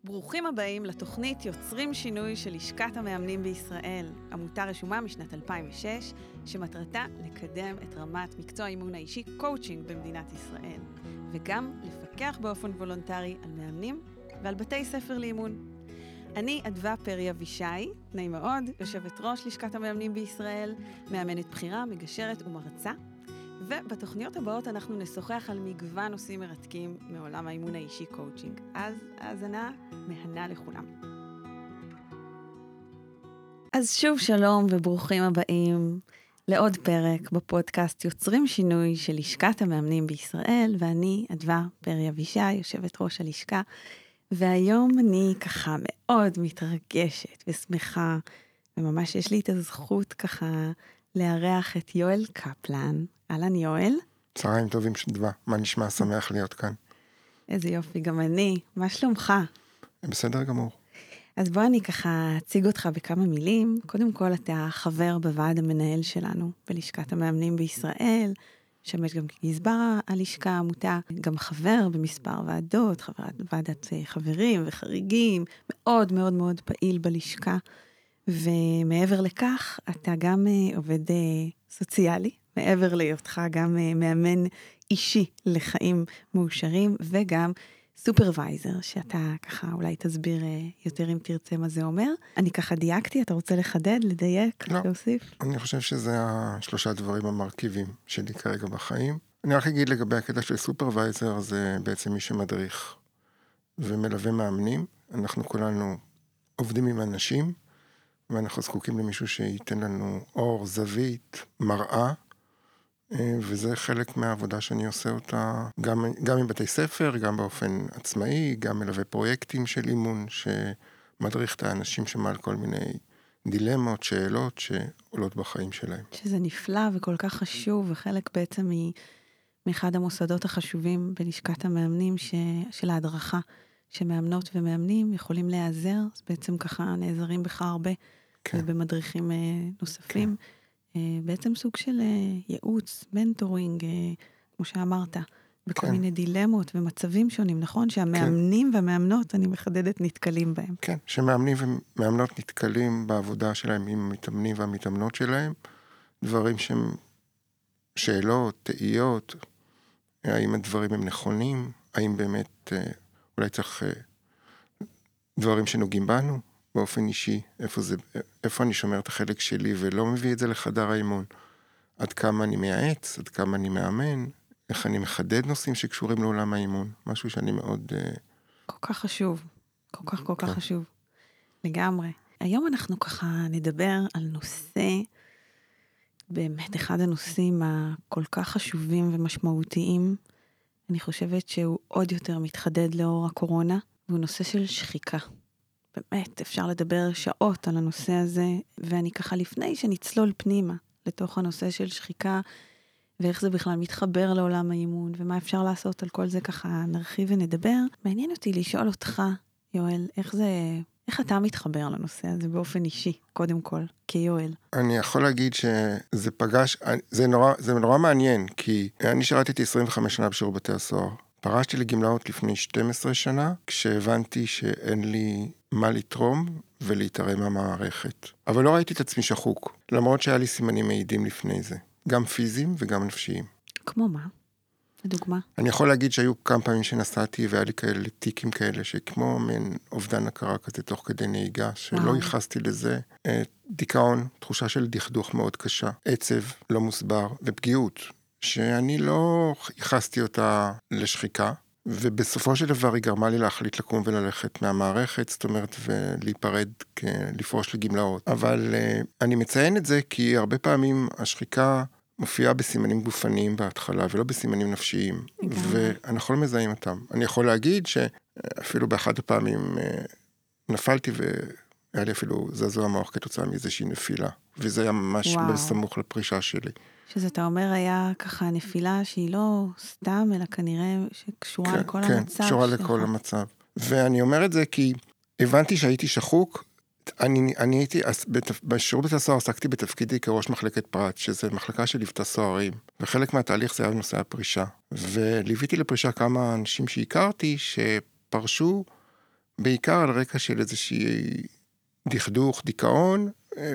ברוכים הבאים לתוכנית יוצרים שינוי של לשכת המאמנים בישראל, עמותה רשומה משנת 2006, שמטרתה לקדם את רמת מקצוע האימון האישי קואוצ'ינג במדינת ישראל, וגם לפקח באופן וולונטרי על מאמנים ועל בתי ספר לאימון. אני אדווה פרי אבישי, נעים מאוד, יושבת ראש לשכת המאמנים בישראל, מאמנת בחירה, מגשרת ומרצה, ובתוכניות הבאות אנחנו נשוחח על מגוון נושאים מרתקים מעולם האימון האישי קואוצ'ינג. אז האזנה מהנה לכולם. אז שוב שלום וברוכים הבאים לעוד פרק בפודקאסט יוצרים שינוי של לשכת המאמנים בישראל, ואני אדווה פרי אבישי, יושבת ראש הלשכה, והיום אני ככה מאוד מתרגשת ושמחה, וממש יש לי את הזכות ככה לארח את יואל קפלן. אהלן יואל. צהריים טובים שדווה, מה נשמע? שמח להיות כאן. איזה יופי, גם אני. מה שלומך? בסדר גמור. אז בוא אני ככה אציג אותך בכמה מילים. קודם כל אתה חבר בוועד המנהל שלנו בלשכת המאמנים בישראל, שמש גם כגזבר הלשכה, העמותה, גם חבר במספר ועדות, ועדת חברים וחריגים, מאוד מאוד מאוד פעיל בלשכה, ומעבר לכך אתה גם עובד סוציאלי, מעבר להיותך גם מאמן אישי לחיים מאושרים, וגם סופרוויזר, שאתה ככה אולי תסביר יותר אם תרצה מה זה אומר. אני ככה דייקתי, אתה רוצה לחדד, לדייק, להוסיף? אני חושב שזה השלושה דברים המרכיבים שלי כרגע בחיים. אני רק אגיד לגבי הקטע של סופרוויזר, זה בעצם מי שמדריך ומלווה מאמנים. אנחנו כולנו עובדים עם אנשים, ואנחנו זקוקים למישהו שייתן לנו אור, זווית, מראה, וזה חלק מהעבודה שאני עושה אותה, גם עם בתי ספר, גם באופן עצמאי, גם מלווה פרויקטים של אימון, שמדריך את האנשים שמעל כל מיני דילמות, שאלות שעולות בחיים שלהם. שזה נפלא וכל כך חשוב, וחלק בעצם מאחד המוסדות החשובים בלשכת המאמנים של ההדרכה, שמאמנות ומאמנים יכולים להיעזר, אז בעצם ככה נעזרים בך הרבה, כן. ובמדריכים נוספים. כן. בעצם סוג של ייעוץ, מנטורינג, כמו שאמרת, בכל מיני דילמות ומצבים שונים, נכון? שהמאמנים והמאמנות, אני מחדדת, נתקלים בהם. כן, שמאמנים ומאמנות נתקלים בעבודה שלהם עם המתאמנים והמתאמנות שלהם, דברים שהם שאלות, תהיות, האם הדברים הם נכונים, האם באמת אולי צריך דברים שנוגעים בנו, באופן אישי, איפה אני שומר את החלק שלי ולא מביא את זה לחדר האימון. עד כמה אני מייעץ, עד כמה אני מאמן, איך אני מחדד נושאים שקשורים לעולם האימון. משהו שאני מאוד... כל כך חשוב. כל כך חשוב. לגמרי. היום אנחנו ככה נדבר על נושא, באמת אחד הנושאים הכל כך חשובים ומשמעותיים. אני חושבת שהוא עוד יותר מתחדד לאור הקורונה, והוא נושא של שחיקה. באמת, אפשר לדבר שעות על הנושא הזה, ואני ככה לפני שנצלול פנימה לתוך הנושא של שחיקה, ואיך זה בכלל מתחבר לעולם האימון, ומה אפשר לעשות על כל זה ככה נרחיב ונדבר. מעניין אותי לשאול אותך, יואל, איך אתה מתחבר לנושא הזה באופן אישי, קודם כל, כיואל? אני יכול להגיד שזה פגש, זה נורא מעניין, כי אני שירתתי 25 שנה בשירות בתי הסוהר. פרשתי לגמלאות לפני 12 שנה, כשהבנתי שאין לי מה לתרום ולהתערם מהמערכת. אבל לא ראיתי את עצמי שחוק, למרות שהיה לי סימנים מעידים לפני זה, גם פיזיים וגם נפשיים. כמו מה? לדוגמה? אני יכול להגיד שהיו כמה פעמים שנסעתי, והיה לי כאלה טיקים כאלה, שכמו מן אובדן הכרה כזה תוך כדי נהיגה, שלא ייחסתי לזה. דיכאון, תחושה של דכדוך מאוד קשה, עצב לא מוסבר ופגיעות. שאני לא ייחסתי אותה לשחיקה, ובסופו של דבר היא גרמה לי להחליט לקום וללכת מהמערכת, זאת אומרת, ולהיפרד, לפרוש לגמלאות. אבל אני מציין את זה כי הרבה פעמים השחיקה מופיעה בסימנים גופניים בהתחלה, ולא בסימנים נפשיים, ואנחנו לא מזהים אותם. אני יכול להגיד שאפילו באחד הפעמים נפלתי והיה לי אפילו זעזוע המוח כתוצאה מאיזושהי נפילה, וזה היה ממש בסמוך לפרישה שלי. שזה אתה אומר היה ככה נפילה שהיא לא סתם, אלא כנראה שקשורה לכל המצב. כן, קשורה לכל המצב. ואני אומר את זה כי הבנתי שהייתי שחוק, אני הייתי, בשירות בתי הסוהר עסקתי בתפקידי כראש מחלקת פרט, שזה מחלקה שליוותה סוהרים, וחלק מהתהליך זה היה נושא הפרישה. וליוויתי לפרישה כמה אנשים שהכרתי, שפרשו בעיקר על רקע של איזושהי דכדוך, דיכאון,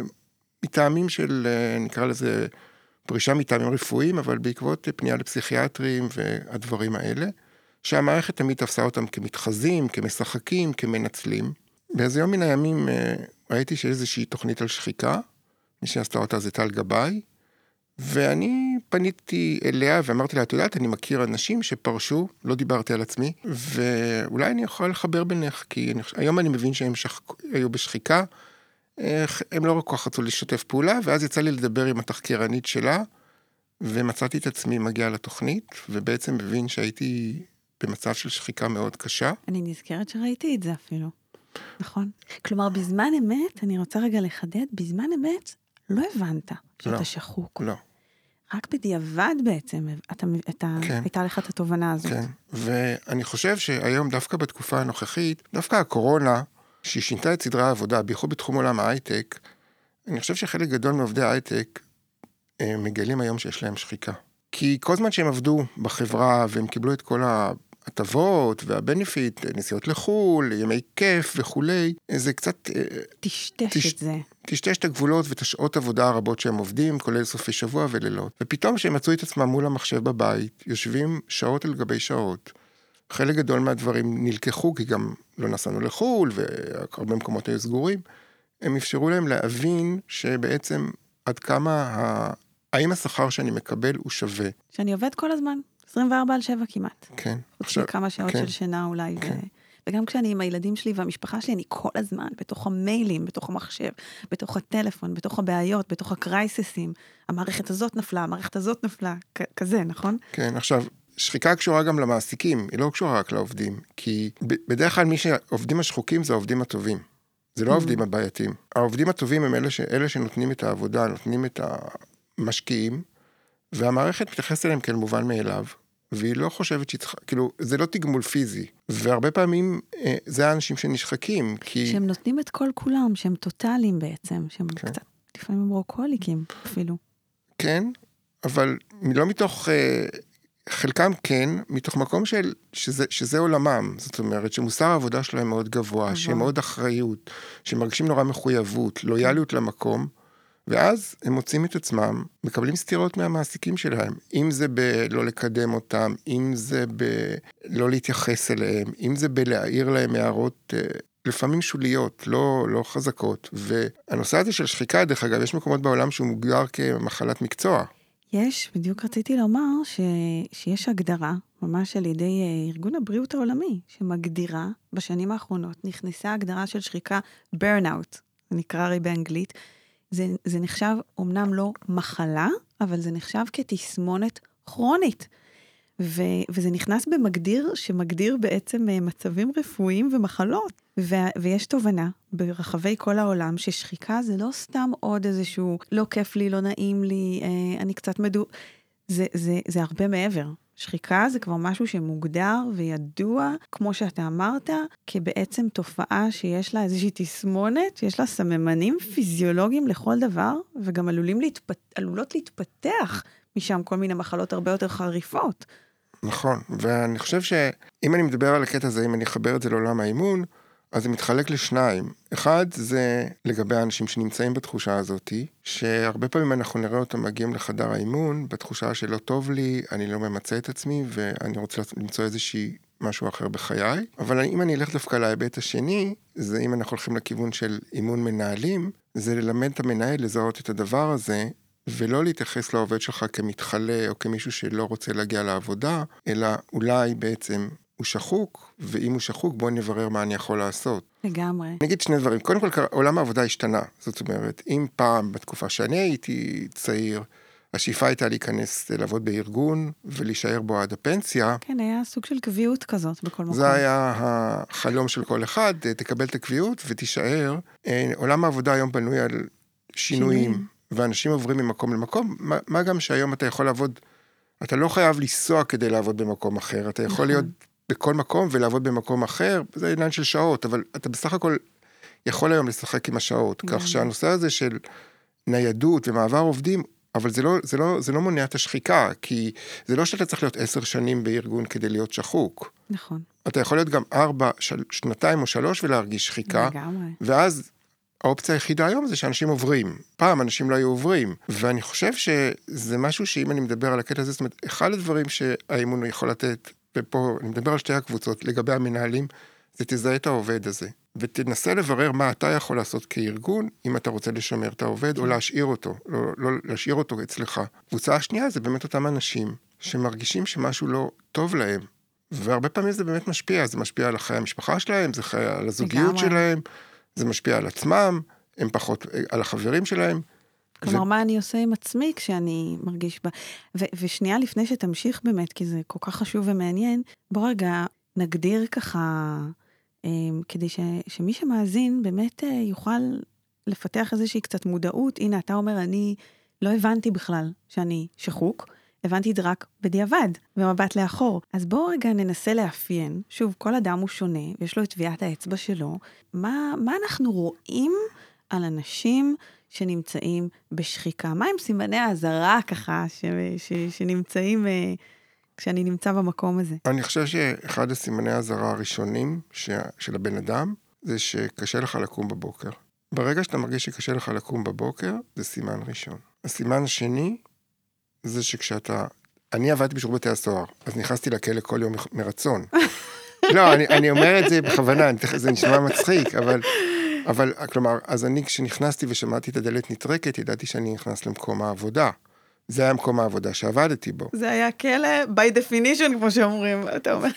מטעמים של, נקרא לזה, פרישה מטעמים רפואיים, אבל בעקבות פנייה לפסיכיאטרים והדברים האלה, שהמערכת תמיד תפסה אותם כמתחזים, כמשחקים, כמנצלים. באיזה יום מן הימים ראיתי שאיזושהי תוכנית על שחיקה, מי שעשתה אותה זה טל גבאי, ואני פניתי אליה ואמרתי לה, את יודעת, אני מכיר אנשים שפרשו, לא דיברתי על עצמי, ואולי אני יכול לחבר בינך, כי היום אני מבין שהם היו בשחיקה, הם לא רק כל כך רצו לשתף פעולה, ואז יצא לי לדבר עם התחקירנית שלה, ומצאתי את עצמי מגיע לתוכנית, ובעצם מבין שהייתי במצב של שחיקה מאוד קשה. אני נזכרת שראיתי את זה אפילו. נכון. כלומר, בזמן אמת, אני רוצה רגע לחדד, בזמן אמת לא הבנת שאתה שחוק. לא. רק בדיעבד בעצם, הייתה לך את התובנה הזאת. כן, ואני חושב שהיום דווקא בתקופה הנוכחית, דווקא הקורונה, שהיא שינתה את סדרי העבודה, בייחוד בתחום עולם ההייטק, אני חושב שחלק גדול מעובדי ההייטק מגלים היום שיש להם שחיקה. כי כל זמן שהם עבדו בחברה, והם קיבלו את כל ההטבות והבנפיט, נסיעות לחול, ימי כיף וכולי, זה קצת טשטש את זה. טשטש את הגבולות ואת השעות עבודה הרבות שהם עובדים, כולל סופי שבוע ולילות. ופתאום שהם מצאו את עצמם מול המחשב בבית, יושבים שעות על גבי שעות. חלק גדול מהדברים נלקחו, כי גם לא נסענו לחול, והרבה מקומות היו סגורים. הם אפשרו להם להבין שבעצם עד כמה, האם השכר שאני מקבל הוא שווה. שאני עובד כל הזמן, 24/7 כמעט. כן. עכשיו, כמה שעות של שינה אולי. כן. וגם כשאני עם הילדים שלי והמשפחה שלי, אני כל הזמן בתוך המיילים, בתוך המחשב, בתוך הטלפון, בתוך הבעיות, בתוך הקרייססים. המערכת הזאת נפלה, המערכת הזאת נפלה, כזה, נכון? כן, עכשיו, שחיקה קשורה גם למעסיקים, היא לא קשורה רק לעובדים, כי בדרך כלל מי שעובדים השחוקים זה העובדים הטובים. זה לא העובדים הבעייתיים. העובדים הטובים הם אלה שנותנים את העבודה, נותנים את המשקיעים, והמערכת מתייחסת אליהם כאל מובן מאליו, והיא לא חושבת שהיא צריכה, כאילו, זה לא תגמול פיזי, והרבה פעמים זה האנשים שנשחקים, כי... שהם נותנים את כל כולם, שהם טוטליים בעצם, שהם קצת, לפעמים ברוקוליקים אפילו. כן, אבל לא מתוך... חלקם כן, מתוך מקום שזה עולמם, זאת אומרת שמוסר העבודה שלהם מאוד גבוה, שהם מאוד אחריות, שמרגישים נורא מחויבות, לויאליות למקום, ואז הם מוצאים את עצמם, מקבלים סתירות מהמעסיקים שלהם, אם זה בלא לקדם אותם, אם זה בלא להתייחס אליהם, אם זה בלהעיר להם הערות לפעמים שוליות, לא חזקות, והנושא הזה של שחיקה, דרך אגב, יש מקומות בעולם שהוא מוגדר כמחלת מקצוע, יש, בדיוק רציתי לומר שיש הגדרה, ממש על ידי ארגון הבריאות העולמי, שמגדירה בשנים האחרונות, נכנסה הגדרה של שחיקה burnout, זה נקרא הרי באנגלית, זה נחשב אומנם לא מחלה, אבל זה נחשב כתסמונת כרונית, וזה נכנס במגדיר, שמגדיר בעצם מצבים רפואיים ומחלות, ויש תובנה ברחבי כל העולם, ששחיקה זה לא סתם עוד איזשהו, לא כיף לי, לא נעים לי, אני קצת זה הרבה מעבר. שחיקה זה כבר משהו שמוגדר וידוע, כמו שאתה אמרת, כבעצם תופעה שיש לה איזושהי תסמונת, שיש לה סממנים פיזיולוגיים לכל דבר, וגם עלולות להתפתח משם כל מיני מחלות הרבה יותר חריפות. נכון, ואני חושב שאם אני מדבר על הקטע הזה, אם אני אחבר את זה לעולם האימון, אז זה מתחלק לשניים. אחד זה לגבי האנשים שנמצאים בתחושה הזאת, שהרבה פעמים אנחנו נראה אותם מגיעים לחדר האימון, בתחושה שלא טוב לי, אני לא ממצא את עצמי, ואני רוצה למצוא איזושהי משהו אחר בחיי. אבל אם אני אלך דווקא להיבט השני, זה אם אנחנו הולכים לכיוון של אימון מנהלים, זה ללמד את המנהל לזהות את הדבר הזה, ולא להתייחס לעובד שלך כמתחלה, או כמישהו שלא רוצה להגיע לעבודה, אלא אולי בעצם הוא שחוק, ואם הוא שחוק, בואו נברר מה אני יכול לעשות. לגמרי. נגיד שני דברים. קודם כל, עולם העבודה השתנה. זאת אומרת, אם פעם, בתקופה שאני הייתי צעיר, השאיפה הייתה להיכנס לעבוד בארגון, ולהישאר בו עד הפנסיה. כן, היה סוג של קביעות כזאת בכל מקום. זה היה החלום של כל אחד, תקבל את הקביעות ותישאר. עולם העבודה היום בנוי על שינויים, ואנשים עוברים ממקום למקום, מה גם שהיום אתה יכול לעבוד, אתה לא חייב לנסוע כדי לעבוד במקום אחר, אתה יכול להיות בכל מקום ולעבוד במקום אחר, זה עניין של שעות, אבל אתה בסך הכל יכול היום לשחק עם השעות, כך שהנושא הזה של ניידות ומעבר עובדים, אבל זה לא מונע את השחיקה, כי זה לא שאתה צריך להיות 10 שנים בארגון כדי להיות שחוק. נכון. אתה יכול להיות גם 4, 2 או 3 ולהרגיש שחיקה. לגמרי. ואז האופציה היחידה היום זה שאנשים עוברים. פעם אנשים לא היו עוברים. ואני חושב שזה משהו שאם אני מדבר על הקטע הזה, זאת אומרת, אחד הדברים שהאימון יכול לתת, ופה אני מדבר על שתי הקבוצות, לגבי המנהלים, זה תזהה את העובד הזה. ותנסה לברר מה אתה יכול לעשות כארגון, אם אתה רוצה לשמר את העובד, או להשאיר אותו, לא להשאיר אותו אצלך. קבוצה השנייה זה באמת אותם אנשים, שמרגישים שמשהו לא טוב להם. והרבה פעמים זה באמת משפיע, זה משפיע על חיי המשפחה שלהם, זה משפיע על הזוגיות שלהם, זה משפיע על עצמם, הם פחות על החברים שלהם. כלומר, מה אני עושה עם עצמי כשאני מרגיש בה. ושנייה לפני שתמשיך באמת, כי זה כל כך חשוב ומעניין, בוא רגע נגדיר ככה, כדי שמי שמאזין באמת יוכל לפתח איזושהי קצת מודעות. הנה, אתה אומר, אני לא הבנתי בכלל שאני שחוק, הבנתי את זה רק בדיעבד, במבט לאחור. אז בואו רגע ננסה לאפיין, שוב, כל אדם הוא שונה, ויש לו את טביעת האצבע שלו, מה אנחנו רואים על אנשים שנמצאים בשחיקה? מה הם סימני האזהרה ככה, שנמצאים כשאני נמצא במקום הזה? אני חושב שאחד הסימני האזהרה הראשונים של הבן אדם, זה שקשה לך לקום בבוקר. ברגע שאתה מרגיש שקשה לך לקום בבוקר, זה סימן ראשון. הסימן השני, זה שכשאתה... אני עבדתי בשירות בתי הסוהר, אז נכנסתי לכלא כל יום מרצון. לא, אני אומר את זה בכוונה, זה נשמע מצחיק, אבל, כלומר, אז אני כשנכנסתי ושמעתי את הדלת נטרקת, ידעתי שאני נכנס למקום העבודה. זה היה מקום העבודה שעבדתי בו. זה היה כלא, by definition, כמו שאומרים, אתה אומר.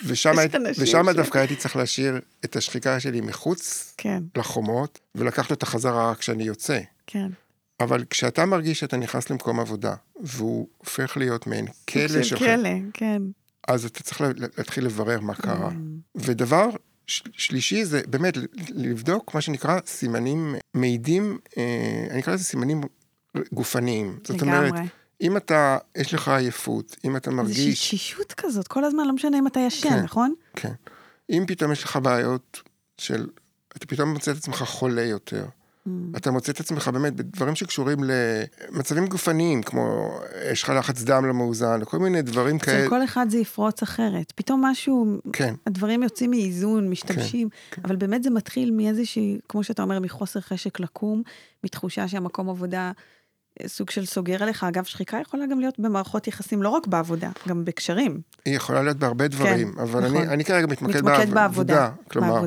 ושם דווקא הייתי צריך להשאיר את השחיקה שלי מחוץ לחומות, ולקחת אותה חזרה כשאני יוצא. כן. אבל כשאתה מרגיש שאתה נכנס למקום עבודה, והוא הופך להיות מעין כלא שלך. של כלא, כן. אז אתה צריך להתחיל לברר מה קרה. ודבר שלישי זה באמת לבדוק מה שנקרא סימנים מעידים, אני אקרא לזה סימנים גופניים. זאת אומרת, אם אתה, יש לך עייפות, אם אתה מרגיש... זה שישות כזאת, כל הזמן, לא משנה אם אתה ישן, נכון? כן. אם פתאום יש לך בעיות של, אתה פתאום מוצא את עצמך חולה יותר, אתה מוצא את עצמך באמת בדברים שקשורים למצבים גופניים, כמו יש לך לחץ דם למאוזן, כל מיני דברים כאלה. אצל כל אחד זה יפרוץ אחרת. פתאום משהו, הדברים יוצאים מאיזון, משתמשים, אבל באמת זה מתחיל מאיזושהי, כמו שאתה אומר, מחוסר חשק לקום, מתחושה שהמקום עבודה סוג של סוגר עליך. אגב, שחיקה יכולה גם להיות במערכות יחסים, לא רק בעבודה, גם בקשרים. היא יכולה להיות בהרבה דברים, אבל אני כרגע מתמקד בעבודה. כלומר,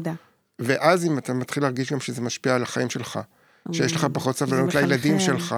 ואז אם אתה מתחיל להרגיש גם שזה משפיע על החיים שלך, שיש לך פחות סבלנות לילדים שלך,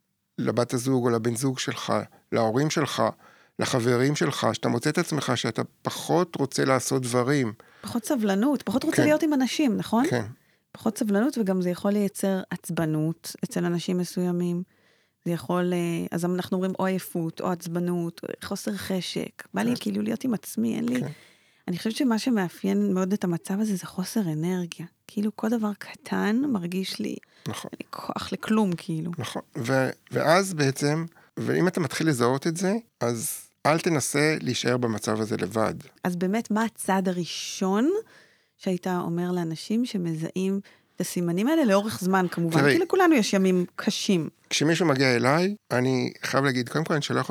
לבת הזוג או לבן זוג שלך, להורים שלך, לחברים שלך, שאתה מוצא את עצמך שאתה פחות רוצה לעשות דברים. פחות סבלנות, פחות רוצה להיות עם אנשים, נכון? כן. פחות סבלנות, וגם זה יכול לייצר עצבנות אצל אנשים מסוימים. זה יכול, אז אנחנו אומרים או עייפות, או עצבנות, או חוסר חשק. בא לי כאילו להיות עם עצמי, אין לי... אני חושבת שמה שמאפיין מאוד את המצב הזה, זה חוסר אנרגיה. כאילו כל דבר קטן מרגיש לי, נכון. אין לי כוח לכלום, כאילו. נכון, ואז בעצם, ואם אתה מתחיל לזהות את זה, אז אל תנסה להישאר במצב הזה לבד. אז באמת, מה הצעד הראשון שהיית אומר לאנשים שמזהים את הסימנים האלה לאורך זמן, כמובן? תראי, כי לכולנו יש ימים קשים. כשמישהו מגיע אליי, אני חייב להגיד, קודם כל אני שואל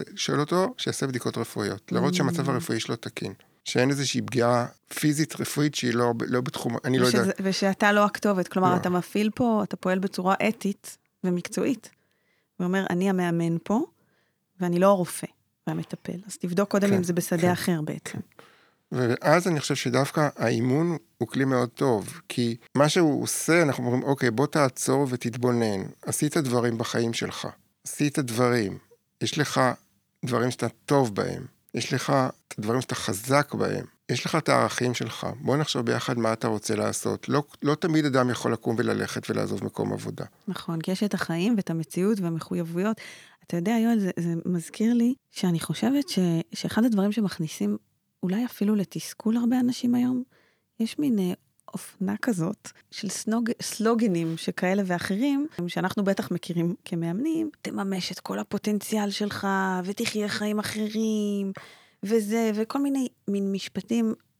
אותו שיעשה בדיקות רפואיות, לראות שהמצב הרפואי שלו תקין. שאין איזושהי פגיעה פיזית רפואית שהיא לא בתחום, אני לא יודע. ושאתה לא הכתובת, כלומר, אתה מפעיל פה, אתה פועל בצורה אתית ומקצועית. ואומר, אני המאמן פה, ואני לא הרופא והמטפל. אז תבדוק קודם אם זה בשדה אחר בעצם. ואז אני חושב שדווקא האימון הוא כלי מאוד טוב, כי מה שהוא עושה, אנחנו אומרים, אוקיי, בוא תעצור ותתבונן. עשית דברים בחיים שלך. עשית דברים. יש לך דברים שאתה טוב בהם. יש לך את הדברים שאתה חזק בהם. יש לך את הערכים שלך. בוא נחשוב ביחד מה אתה רוצה לעשות. לא תמיד אדם יכול לקום וללכת ולעזוב מקום עבודה. נכון, כי יש את החיים ואת המציאות והמחויבויות. אתה יודע, יואל, זה מזכיר לי שאני חושבת שאחד הדברים שמכניסים אולי אפילו לתסכול הרבה אנשים היום, יש מין אופנה כזאת של סלוגנים שכאלה ואחרים, שאנחנו בטח מכירים כמאמנים, תממש את כל הפוטנציאל שלך, ותחיה חיים אחרים, וכל מיני מין משפטים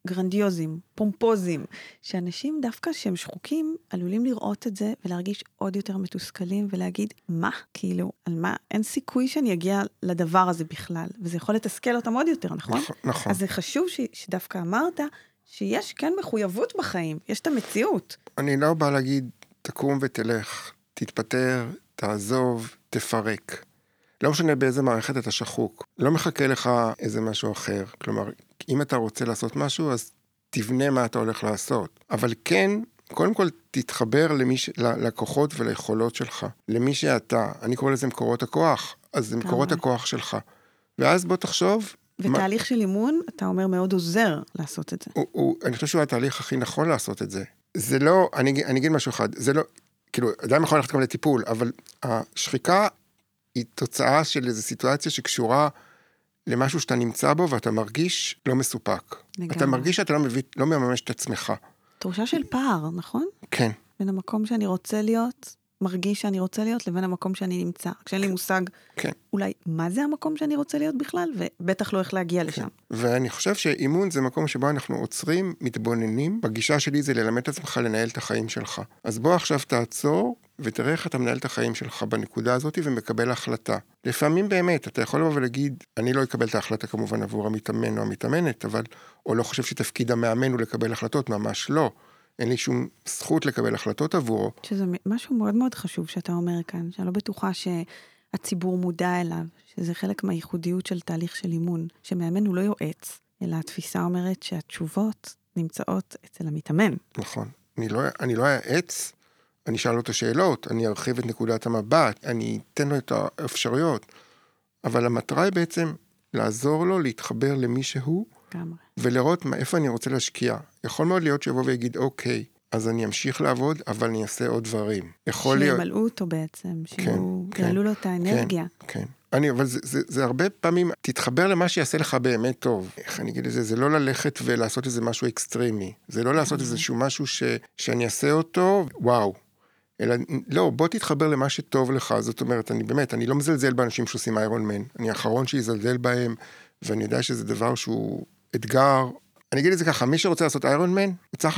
גרנדיוזיים, פומפוזיים, שאנשים דווקא שהם שחוקים, עלולים לראות את זה ולהרגיש עוד יותר מתוסכלים ולהגיד, מה? כאילו, על מה? אין סיכוי שאני אגיע לדבר הזה בכלל, וזה יכול לתסכל אותם עוד יותר, נכון? נכון. אז זה חשוב שדווקא אמרת, שיש כן מחויבות בחיים, יש את המציאות. אני לא בא להגיד, תקום ותלך, תתפטר, תעזוב, תפרק. לא משנה באיזה מערכת אתה שחוק. לא מחכה לך איזה משהו אחר. כלומר, אם אתה רוצה לעשות משהו, אז תבנה מה אתה הולך לעשות. אבל כן, קודם כל תתחבר לכוחות וליכולות שלך. למי שאתה, אני קורא לזה מקורות הכוח, אז זה מקורות הכוח שלך. ואז בוא תחשוב... ותהליך של אימון, אתה אומר, מאוד עוזר לעשות את זה. אני חושב שהוא התהליך הכי נכון לעשות את זה. זה לא, אני אגיד משהו אחד, זה לא, כאילו, אדם יכול ללכת גם לטיפול, אבל השחיקה היא תוצאה של איזו סיטואציה שקשורה למשהו שאתה נמצא בו, ואתה מרגיש לא מסופק. לגמרי. אתה מרגיש שאתה לא מממש את עצמך. תחושה של פער, נכון? כן. בין המקום שאני רוצה להיות, מרגיש שאני רוצה להיות, לבין המקום שאני נמצא. כשאין לי מושג, כן. אולי, מה זה המקום שאני רוצה להיות בכלל? ובטח לא איך להגיע לשם. כן. ואני חושב שאימון זה מקום שבו אנחנו עוצרים, מתבוננים. בגישה שלי זה ללמד את עצמך לנהל את החיים שלך. אז בוא עכשיו תעצור, ותראה איך אתה מנהל את החיים שלך בנקודה הזאת, ומקבל החלטה. לפעמים באמת, אתה יכול לבוא ולהגיד, אני לא אקבל את ההחלטה כמובן עבור המתאמן או המתאמנת, אבל, או לא חושב שתפקיד המאמן הוא לקבל החלטות, ממש לא. אין לי שום זכות לקבל החלטות עבורו. שזה משהו מאוד מאוד חשוב שאתה אומר כאן, שאני לא בטוחה שהציבור מודע אליו, שזה חלק מהייחודיות של תהליך של אימון, שמאמן הוא לא יועץ, אלא התפיסה אומרת שהתשובות נמצאות אצל המתאמן. נכון. אני לא אעץ, אני אשאל לו את השאלות, אני ארחיב את נקודת המבט, אני אתן לו את האפשרויות, אבל המטרה היא בעצם לעזור לו להתחבר למי שהוא, ולראות איפה אני רוצה להשקיע. יכול מאוד להיות שיבוא ויגיד, אוקיי, אז אני אמשיך לעבוד, אבל אני אעשה עוד דברים. שימלאו אותו בעצם, שיעלו לו את האנרגיה. כן. אבל זה הרבה פעמים, תתחבר למה שיעשה לך באמת טוב. איך אני אגיד את זה? זה לא ללכת ולעשות איזה משהו אקסטרימי. זה לא לעשות איזשהו משהו שאני אעשה אותו, וואו. אלא, לא, בוא תתחבר למה שטוב לך. זאת אומרת, אני לא מזלזל באנשים שעושים איירון מן. אני האחרון שיזלזל בהם, ואני יודע שזה דבר שהוא אתגר. אני אגיד את זה ככה, מי שרוצה לעשות איירון מן,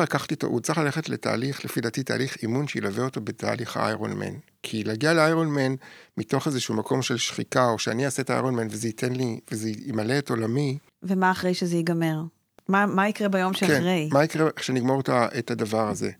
הוא צריך ללכת לתהליך, לפי דעתי תהליך אימון שילווה אותו בתהליך האיירון מן. כי להגיע לאיירון מן, מתוך איזשהו מקום של שחיקה, או שאני אעשה את האיירון מן, וזה ייתן לי, וזה ימלא את עולמי. ומה אחרי שזה ייגמר? מה יקרה ביום שאחרי? כן, מה יקרה כשנגמור את הדבר הזה?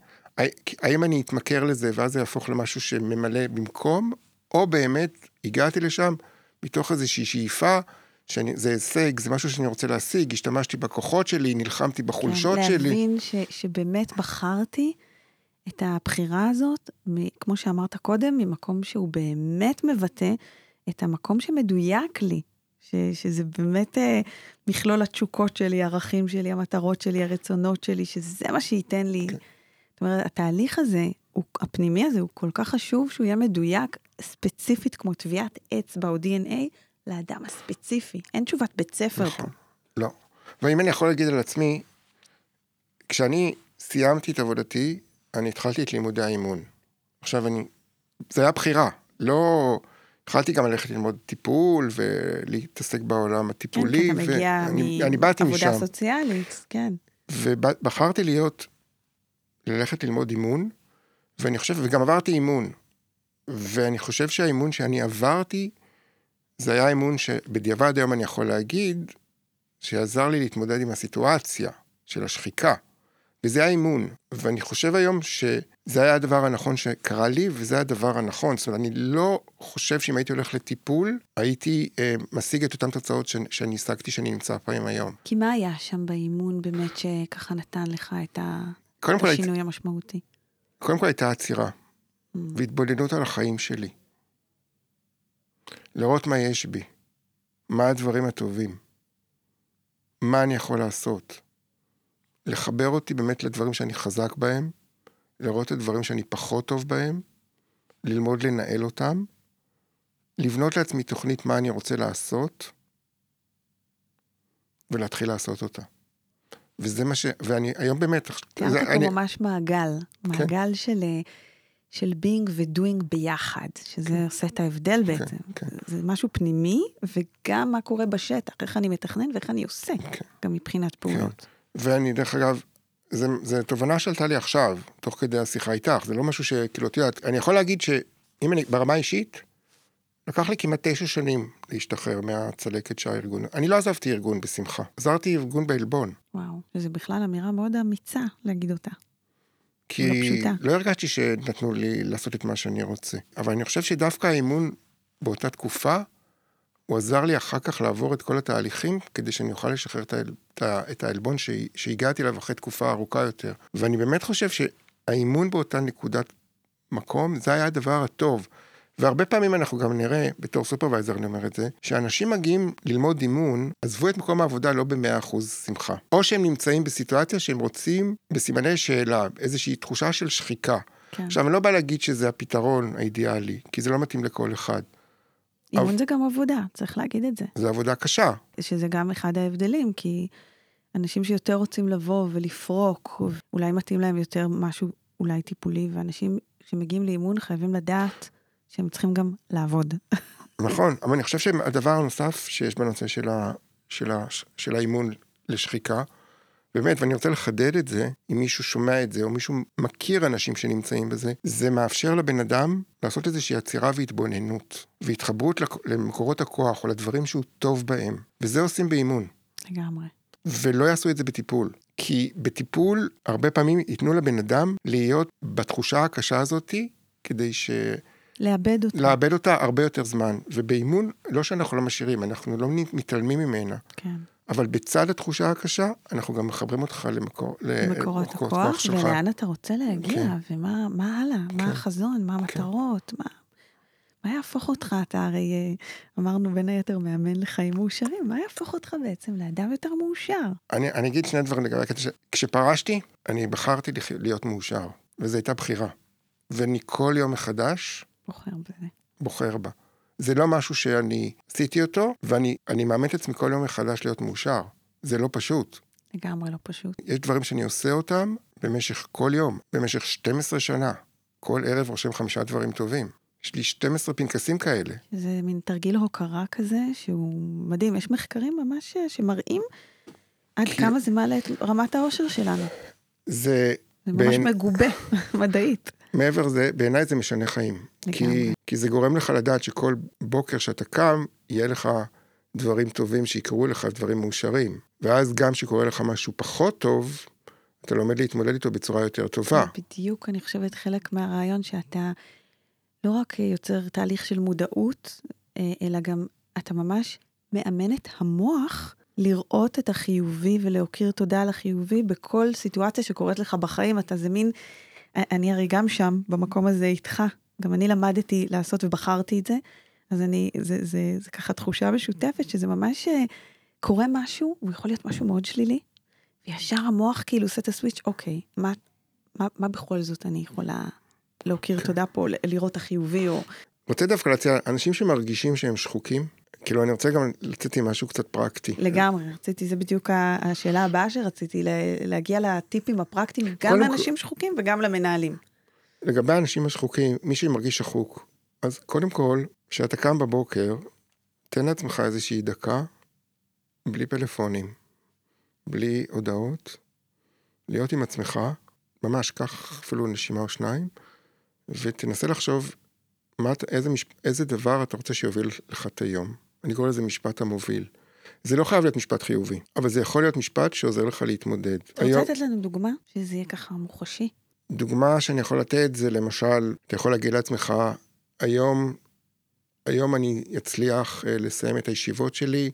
האם אני אתמכר לזה, ואז זה יהפוך למשהו שממלא במקום, או באמת הגעתי לשם, מתוך איזושהי שאיפה, זה הישג, זה משהו שאני רוצה להשיג, השתמשתי בכוחות שלי, נלחמתי בחולשות שלי. להבין שבאמת בחרתי את הבחירה הזאת, כמו שאמרת קודם, ממקום שהוא באמת מבטא את המקום שמדויק לי, שזה באמת מכלול התשוקות שלי, הערכים שלי, המטרות שלי, הרצונות שלי, שזה מה שייתן לי. זאת אומרת, התהליך הזה, הפנימי הזה, הוא כל כך חשוב שהוא יהיה מדויק, ספציפית כמו טביעת אצבע או DNA, לאדם הספציפי. אין תשובת בית ספר נכון, פה. לא. ואם אני יכול להגיד על עצמי, כשאני סיימתי את עבודתי, אני התחלתי את לימודי האימון. עכשיו זה היה בחירה. לא, התחלתי גם ללכת ללמוד טיפול, ולהתעסק בעולם הטיפולי. כן, כי אתה מגיע מעבודה סוציאלית, כן. ובחרתי ללכת ללמוד אימון, ואני חושב, וגם עברתי אימון. ואני חושב שהאימון שאני עברתי, זה היה אימון שבדיעבד היום אני יכול להגיד, שעזר לי להתמודד עם הסיטואציה של השחיקה. וזה היה אימון. ואני חושב היום שזה היה הדבר הנכון שקרה לי, וזה היה הדבר הנכון. זאת אומרת, אני לא חושב שאם הייתי הולך לטיפול, הייתי משיג את אותם תוצאות שאני השגתי שאני נמצא פעמים היום. כי מה היה שם באימון באמת שככה נתן לך את השינוי המשמעותי? קודם כל הייתה עצירה. והתבוננות על החיים שלי. לראות מה יש בי, מה הדברים הטובים, מה אני יכול לעשות, לחבר אותי באמת לדברים שאני חזק בהם, לראות את הדברים שאני פחות טוב בהם, ללמוד לנהל אותם, לבנות לעצמי תוכנית מה אני רוצה לעשות, ולהתחיל לעשות אותה. וזה מה ואני היום באמת... תיארת פה ממש מעגל של בינג ודוינג ביחד, שזה עושה את ההבדל בעצם. זה משהו פנימי, וגם מה קורה בשטח, איך אני מתכנן ואיך אני עושה, גם מבחינת פעולות. ואני, דרך אגב, זה תובנה שעלתה לי עכשיו, תוך כדי השיחה איתך, זה לא משהו שכאילו, תיודעת, אני יכול להגיד שאם אני, ברמה אישית, לקח לי כמעט 9 שנים להשתחרר מהצלקת שהארגון, אני לא עזבתי ארגון בשמחה, עזרתי ארגון בעלבון. וואו, וזה בכלל אמירה מאוד אמיצה להגיד אותה. כי לא הרגשתי שנתנו לי לעשות את מה שאני רוצה, אבל אני חושב שדווקא האימון באותה תקופה, הוא עזר לי אחר כך לעבור את כל התהליכים, כדי שאני אוכל לשחרר את העלבון שהגעתי אליו אחרי תקופה ארוכה יותר. ואני באמת חושב שהאימון באותה נקודת מקום, זה היה הדבר הטוב. והרבה פעמים אנחנו גם נראה, בתור סופרוויזר אני אומר את זה, שאנשים מגיעים ללמוד אימון, עזבו את מקום העבודה לא ב100% שמחה. או שהם נמצאים בסיטואציה שהם רוצים בסימני שאלה, איזושהי תחושה של שחיקה. כן. עכשיו, אני לא בא להגיד שזה הפתרון האידיאלי, כי זה לא מתאים לכל אחד. אימון זה גם עבודה, צריך להגיד את זה. זה עבודה קשה. שזה גם אחד ההבדלים, כי אנשים שיותר רוצים לבוא ולפרוק, אולי מתאים להם יותר משהו אולי טיפולי, ואנשים שמגיעים לאימון חייבים לדעת שהם צריכים גם לעבוד. נכון, אבל אני חושב שהדבר הנוסף שיש בנושא של האימון לשחיקה, באמת, ואני רוצה לחדד את זה, אם מישהו שומע את זה, או מישהו מכיר אנשים שנמצאים בזה, זה מאפשר לבן אדם לעשות איזושהי עצירה והתבוננות, והתחברות למקורות הכוח, או לדברים שהוא טוב בהם, וזה עושים באימון. לגמרי. ולא יעשו את זה בטיפול. כי בטיפול, הרבה פעמים ייתנו לבן אדם להיות בתחושה הקשה הזאת, כדי לאבד אותה הרבה יותר זמן. ובאימון, לא שאנחנו לא משאירים, אנחנו לא מתעלמים ממנה. כן. אבל בצד התחושה הקשה, אנחנו גם מחברים אותך למקורות הכוח, ולאן אתה רוצה להגיע, ומה הלאה, מה החזון, מה המטרות, מה יהפוך אותך, אתה הרי אמרנו בין היתר מאמן לחיים מאושרים, מה יהפוך אותך בעצם לאדם יותר מאושר? אני אגיד שני דברים לגבי, כשפרשתי, אני בחרתי להיות מאושר, וזו הייתה בחירה. ואני כל יום מחדש בוחר בה. זה לא משהו שאני עשיתי אותו, ואני מאמן את עצמי כל יום מחדש להיות מאושר. זה לא פשוט. לגמרי לא פשוט. יש דברים שאני עושה אותם במשך כל יום, במשך 12 שנה. כל ערב רושם 5 דברים טובים. יש לי 12 פנקסים כאלה. זה מין תרגיל הוקרה כזה, שהוא מדהים. יש מחקרים ממש שמראים עד כמה זה מעלה את רמת האושר שלנו. זה ממש מגובה, מדעית. מעבר זה, בעיניי זה משנה חיים. כי זה גורם לך לדעת שכל בוקר שאתה קם, יהיה לך דברים טובים שיקראו לך, דברים מאושרים. ואז גם שקורה לך משהו פחות טוב, אתה לומד להתמודד איתו בצורה יותר טובה. בדיוק, אני חושבת חלק מהרעיון שאתה לא רק יוצר תהליך של מודעות, אלא גם אתה ממש מאמן את המוח לראות את החיובי ולהוקיר תודה על החיובי בכל סיטואציה שקורית לך בחיים. אתה זה מין, אני הרי גם שם, במקום הזה איתך, גם אני למדתי לעשות ובחרתי את זה, אז זה ככה תחושה משותפת, שזה ממש קורה משהו, הוא יכול להיות משהו מאוד שלילי, וישר המוח כאילו עושה את הסוויץ', אוקיי, מה בכל זאת אני יכולה להוקיר תודה פה, לראות החיובי או... רוצה דווקא להציע, אנשים שמרגישים שהם שחוקים, כאילו אני רוצה גם לצאת עם משהו קצת פרקטי. לגמרי, רציתי, זה בדיוק השאלה הבאה שרציתי, להגיע לטיפים הפרקטיים, גם לאנשים שחוקים וגם למנהלים. לגבי האנשים השחוקים, מי שמרגיש שחוק, אז קודם כל, כשאתה קם בבוקר, תן לעצמך איזושהי דקה, בלי פלאפונים, בלי הודעות, להיות עם עצמך, ממש כך אפילו נשימה או שניים, ותנסה לחשוב איזה דבר אתה רוצה שיוביל לך את היום. אני קורא לזה משפט המוביל. זה לא חייב להיות משפט חיובי, אבל זה יכול להיות משפט שעוזר לך להתמודד. אתה רוצה לתת לנו דוגמה? שזה יהיה ככה מוחשי. דוגמה שאני יכול לתת זה למשל, אתה יכול להגיד לעצמך, היום אני אצליח לסיים את הישיבות שלי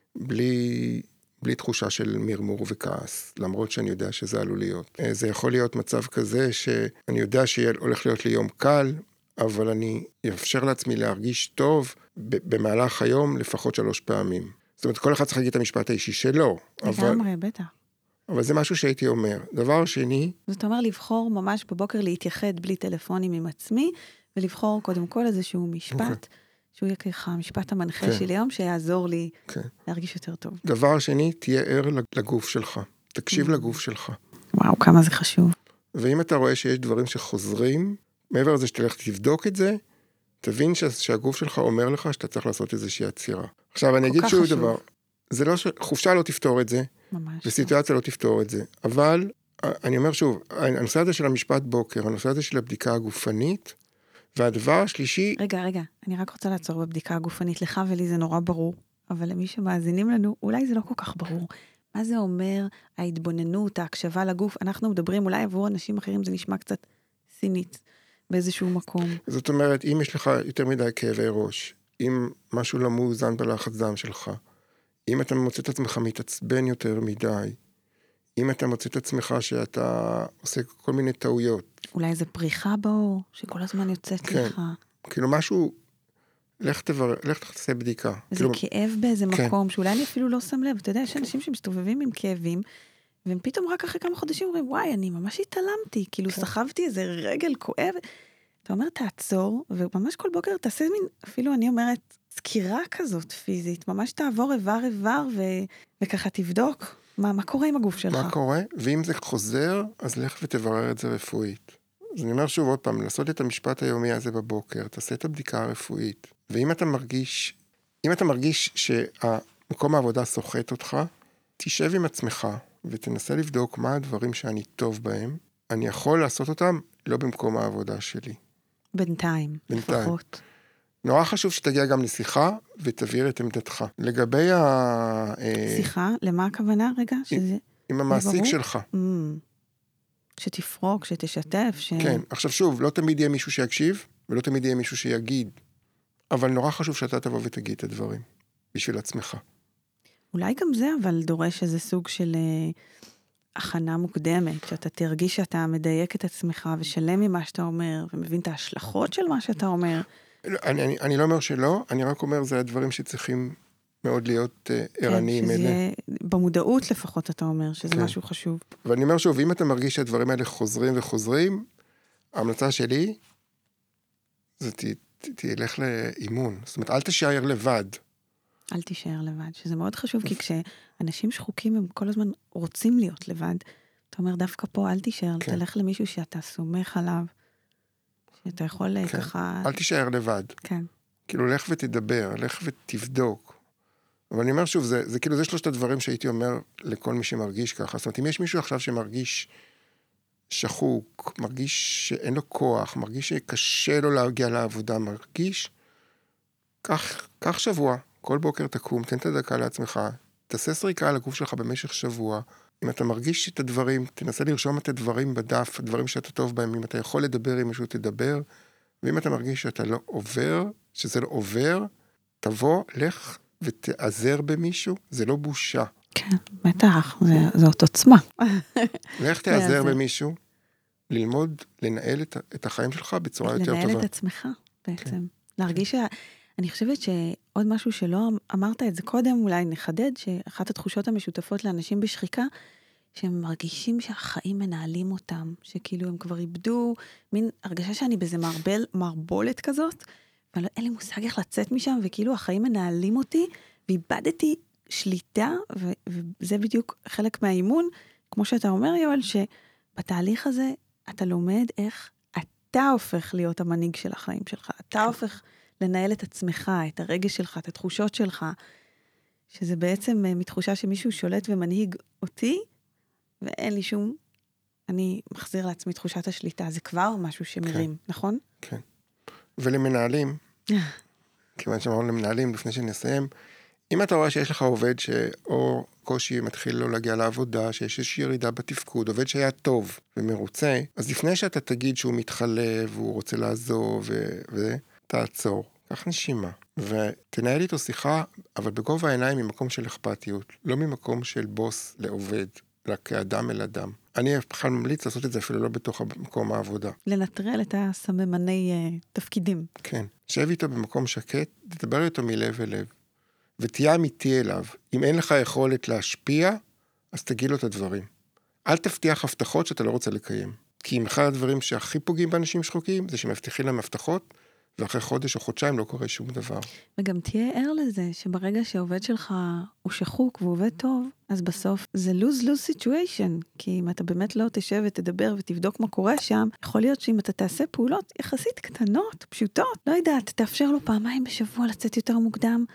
בלי תחושה של מרמור וכעס, למרות שאני יודע שזה עלול להיות. זה יכול להיות מצב כזה שאני יודע שהולך להיות לי יום קל, אבל אני אפשר לעצמי להרגיש טוב במהלך היום לפחות 3 פעמים. זאת אומרת, כל אחד צריך להגיד את המשפט האישי שלו. לגמרי, בטח. אבל זה משהו שהייתי אומר. דבר שני... זאת אומרת, לבחור ממש בבוקר להתייחד בלי טלפונים עם עצמי, ולבחור קודם כל איזשהו משפט, שהוא יהיה ככה המשפט המנחה שלי היום, שיעזור לי להרגיש יותר טוב. דבר שני, תהיה ער לגוף שלך. תקשיב לגוף שלך. וואו, כמה זה חשוב. ואם אתה רואה שיש דברים שחוזרים, מעבר לזה שתלך תבדוק את זה, תבין שהגוף שלך אומר לך שאתה צריך לעשות איזושהי עצירה. עכשיו, אני אגיד שהוא דבר, זה לא חופשה לא תפתור את זה, ממש. וסיטואציה לא תפתור את זה. אבל, אני אומר שוב, הנושא הזה של המשפט בוקר, הנושא הזה של הבדיקה הגופנית, והדבר השלישי... רגע, אני רק רוצה לעצור בבדיקה הגופנית. לך ולי זה נורא ברור, אבל למי שמאזינים לנו, אולי זה לא כל כך ברור. מה זה אומר ההתבוננות, ההקשבה לגוף? אנחנו מדברים, אולי עבור אנשים אחרים זה נשמע קצת סינית באיזשהו מקום. זאת אומרת, אם יש לך יותר מדי כאבי ראש, אם משהו לא מאוזן בלחץ דם שלך, אם אתה מוצא את עצמך מתעצבן יותר מדי, אם אתה מוצא את עצמך שאתה עושה כל מיני טעויות. אולי איזה פריחה באור, שכל הזמן יוצאת כן. לך. כאילו משהו, לך תעשה בדיקה. איזה כאילו, כאב באיזה כן. מקום, שאולי אני אפילו לא שם לב. אתה יודע, יש אנשים שמסתובבים עם כאבים, והם פתאום רק אחרי כמה חודשים אומרים, וואי, אני ממש התעלמתי, כאילו סחבתי איזה רגל כואב. אתה אומר, תעצור, וממש כל בוקר תעשה מין, אפילו אני אומרת, סקירה כזאת פיזית, ממש תעבור איבר, וככה תבדוק מה קורה עם הגוף שלך. מה קורה? ואם זה חוזר, אז לך ותברר את זה רפואית. אז אני אומר שוב עוד פעם, לעשות את המשפט היומי הזה בבוקר, תעשה את הבדיקה הרפואית, ואם אתה מרגיש שהמקום העבודה סוחט אותך, תשב עם עצמך ותנסה לבדוק מה הדברים שאני טוב בהם, אני יכול לעשות אותם לא במקום העבודה שלי. בינתיים. לפחות. נורא חשוב שתגיע גם לשיחה ותבהיר את עמדתך. לגבי שיחה? למה הכוונה רגע? עם המעסיק שלך. שתפרוק, שתשתף. כן, עכשיו שוב, לא תמיד יהיה מישהו שיקשיב, ולא תמיד יהיה מישהו שיגיד, אבל נורא חשוב שאתה תבוא ותגיד את הדברים, בשביל עצמך. אולי גם זה, אבל דורש איזה סוג של הכנה מוקדמת, שאתה תרגיש שאתה מדייק את עצמך, ושלם ממה שאתה אומר, ומבין את ההשלכות של מה שאתה אומר. אני לא אומר שלא, אני רק אומר, זה הדברים שצריכים מאוד להיות ערניים אלה. במודעות לפחות אתה אומר, שזה משהו חשוב. ואני אומר שוב, אם אתה מרגיש שהדברים האלה חוזרים וחוזרים, ההמלצה שלי, זה תלך לאימון. זאת אומרת, אל תישאר לבד. אל תישאר לבד, שזה מאוד חשוב, כי כשאנשים שחוקים הם כל הזמן רוצים להיות לבד, אתה אומר דווקא פה אל תישאר, תלך למישהו שאתה סומך עליו, שאתה יכול ככה... אל תישאר לבד. כן. כאילו, לך ותדבר, לך ותבדוק. אבל אני אומר שוב, זה כאילו, זה שלושת הדברים שהייתי אומר לכל מי שמרגיש ככה. זאת אומרת, אם יש מישהו עכשיו שמרגיש שחוק, מרגיש שאין לו כוח, מרגיש שקשה לו להגיע לעבודה, מרגיש, קח שבוע, כל בוקר תקום, תן את הדקה לעצמך, תעשה סריקה על הגוף שלך במשך שבוע, אם אתה מרגיש את הדברים, תנסה לרשום את הדברים בדף, הדברים שאתה טוב בהם, אם אתה יכול לדבר עם מישהו, תדבר, ואם אתה מרגיש שאתה לא עובר, שזה לא עובר, תבוא, לך ותעזר במישהו, זה לא בושה. כן, בטח, זאת עוצמה. לך תעזר במישהו, ללמוד, לנהל את החיים שלך בצורה יותר טובה. לנהל את עצמך, בעצם. להרגיש אני חושבת שעוד משהו שלא אמרת את זה קודם, אולי נחדד, שאחת התחושות המשותפות לאנשים בשחיקה, שהם מרגישים שהחיים מנהלים אותם, שכאילו הם כבר איבדו מין הרגשה שאני באיזה מערבולת כזאת, אבל אין לי מושג איך לצאת משם, וכאילו החיים מנהלים אותי, ואיבדתי שליטה, וזה בדיוק חלק מהאימון, כמו שאתה אומר יואל, שבתהליך הזה אתה לומד איך אתה הופך להיות המנהיג של החיים שלך, אתה הופך לנהל את עצמך, את הרגש שלך, את התחושות שלך, שזה בעצם מתחושה שמישהו שולט ומנהיג אותי, ואין לי שום, אני מחזיר לעצמי תחושת השליטה, זה כבר משהו שמרים, נכון? כן. ולמנהלים, כיוון שאמרנו למנהלים, לפני שנסיים, אם אתה רואה שיש לך עובד שאו קושי מתחיל לא להגיע לעבודה, שיש איזושהי ירידה בתפקוד, עובד שהיה טוב ומרוצה, אז לפני שאתה תגיד שהוא מתחלב, והוא רוצה לעזוב, תעצור, קח נשימה, ותנהל איתו שיחה, אבל בגובה העיניים ממקום של אכפתיות, לא ממקום של בוס לעובד, אלא כאדם אל אדם. אני בכלל ממליץ לעשות את זה אפילו לא בתוך מקום העבודה. לנטרל את הסממני תפקידים. כן, שב איתו במקום שקט, תדבר איתו מלב אל לב, ותהיה אמיתי אליו. אם אין לך יכולת להשפיע, אז תגיד לו את הדברים. אל תבטיח הבטחות שאתה לא רוצה לקיים. כי אם אחד הדברים שהכי פוגעים באנשים שחוקים, זה שמבטיחים להם הבטחות, ואחרי חודש או חודשיים לא קורה שום דבר. וגם תהיה ער לזה, שברגע שהעובד שלך הוא שחוק והוא עובד טוב, אז בסוף זה lose-lose situation, כי אם אתה באמת לא תשב ותדבר ותבדוק מה קורה שם, יכול להיות שאם אתה תעשה פעולות יחסית קטנות, פשוטות, לא יודעת, תאפשר לו פעמיים בשבוע לצאת יותר מוקדם, זה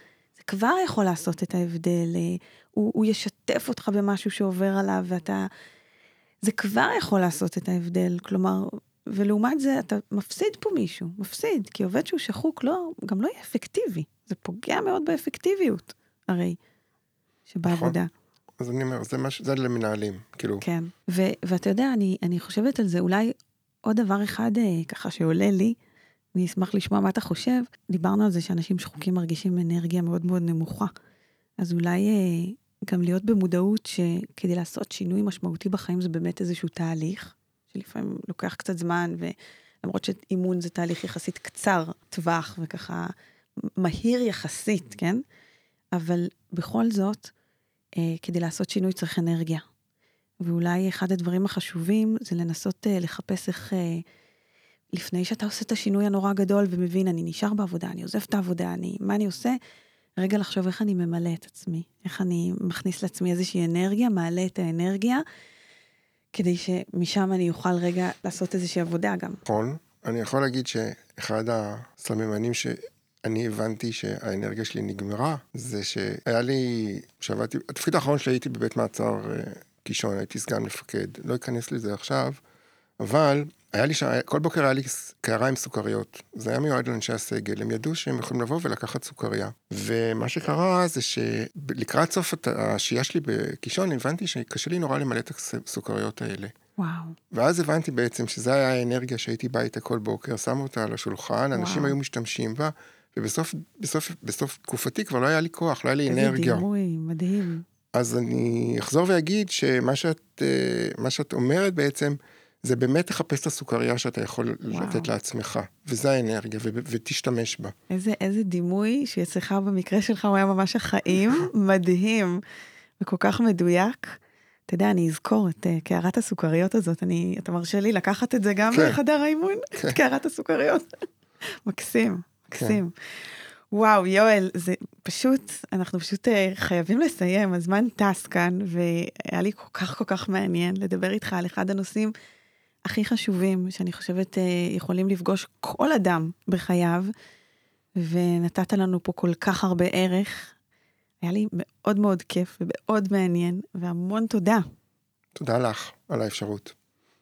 זה כבר יכול לעשות את ההבדל, הוא ישתף אותך במשהו שעובר עליו, זה כבר יכול לעשות את ההבדל, כלומר, ולעומת זה אתה מפסיד פה מישהו, מפסיד, כי עובד שהוא שחוק גם לא יהיה אפקטיבי, זה פוגע מאוד באפקטיביות, הרי, שבעבודה. אז אני אומר, זה למנהלים, כאילו. כן, ואתה יודע, אני חושבת על זה, אולי עוד דבר אחד ככה שעולה לי, אני אשמח לשמוע מה אתה חושב, דיברנו על זה שאנשים שחוקים מרגישים אנרגיה מאוד מאוד נמוכה, אז אולי גם להיות במודעות שכדי לעשות שינוי משמעותי בחיים זה באמת איזשהו תהליך, שלפעמים לוקח קצת זמן, ולמרות שאימון זה תהליך יחסית קצר טווח, וככה מהיר יחסית, כן? אבל בכל זאת, כדי לעשות שינוי צריך אנרגיה. ואולי אחד הדברים החשובים זה לנסות לחפש איך, לפני שאתה עושה את השינוי הנורא גדול ומבין, אני נשאר בעבודה, אני עוזב את העבודה, מה אני עושה? רגע לחשוב איך אני ממלא את עצמי, איך אני מכניס לעצמי איזושהי אנרגיה, מעלה את האנרגיה, כדי שמשם אני אוכל רגע לעשות איזושהי עבודה גם. נכון, אני יכול להגיד שאחד הסממנים שאני הבנתי שהאנרגיה שלי נגמרה, זה שהיה לי, שעבדתי, התפקיד האחרון שלי הייתי בבית מעצר קישון, הייתי סגן מפקד, לא אכנס לזה עכשיו, אבל היה לי כל בוקר היה לי קערה עם סוכריות, זה היה מיועד לאנשי הסגל, הם ידעו שהם יכולים לבוא ולקחת סוכריה, ומה שקרה זה שלקראת סוף השהייה שלי בקישון, הבנתי שקשה לי נורא למלא את הסוכריות האלה. וואו. ואז הבנתי בעצם שזה היה האנרגיה שהייתי בא איתה כל בוקר, שמו אותה על השולחן, אנשים היו משתמשים בה, ובסוף תקופתי כבר לא היה לי כוח, לא היה לי אנרגיה. איזה דימוי, מדהים. אז אני אחזור ואגיד שמה שאת אומרת בעצם, זה באמת לחפש את הסוכריה שאתה יכול לתת לעצמך, וזה האנרגיה, ותשתמש בה. איזה דימוי שיצליח במקרה שלך, הוא היה ממש החיים, מדהים, וכל כך מדויק. אתה יודע, אני אזכור את קערת הסוכריות הזאת, אתה מרשה לי לקחת את זה גם בחדר האימון, את קערת הסוכריות. מקסים, מקסים. וואו, יואל, זה פשוט, אנחנו פשוט חייבים לסיים, הזמן טס כאן, והיה לי כל כך מעניין לדבר איתך על אחד הנושאים הכי חשובים, שאני חושבת יכולים לפגוש כל אדם בחייו, ונתת לנו פה כל כך הרבה ערך. היה לי מאוד מאוד כיף ומאוד מעניין, והמון תודה. תודה לך על האפשרות.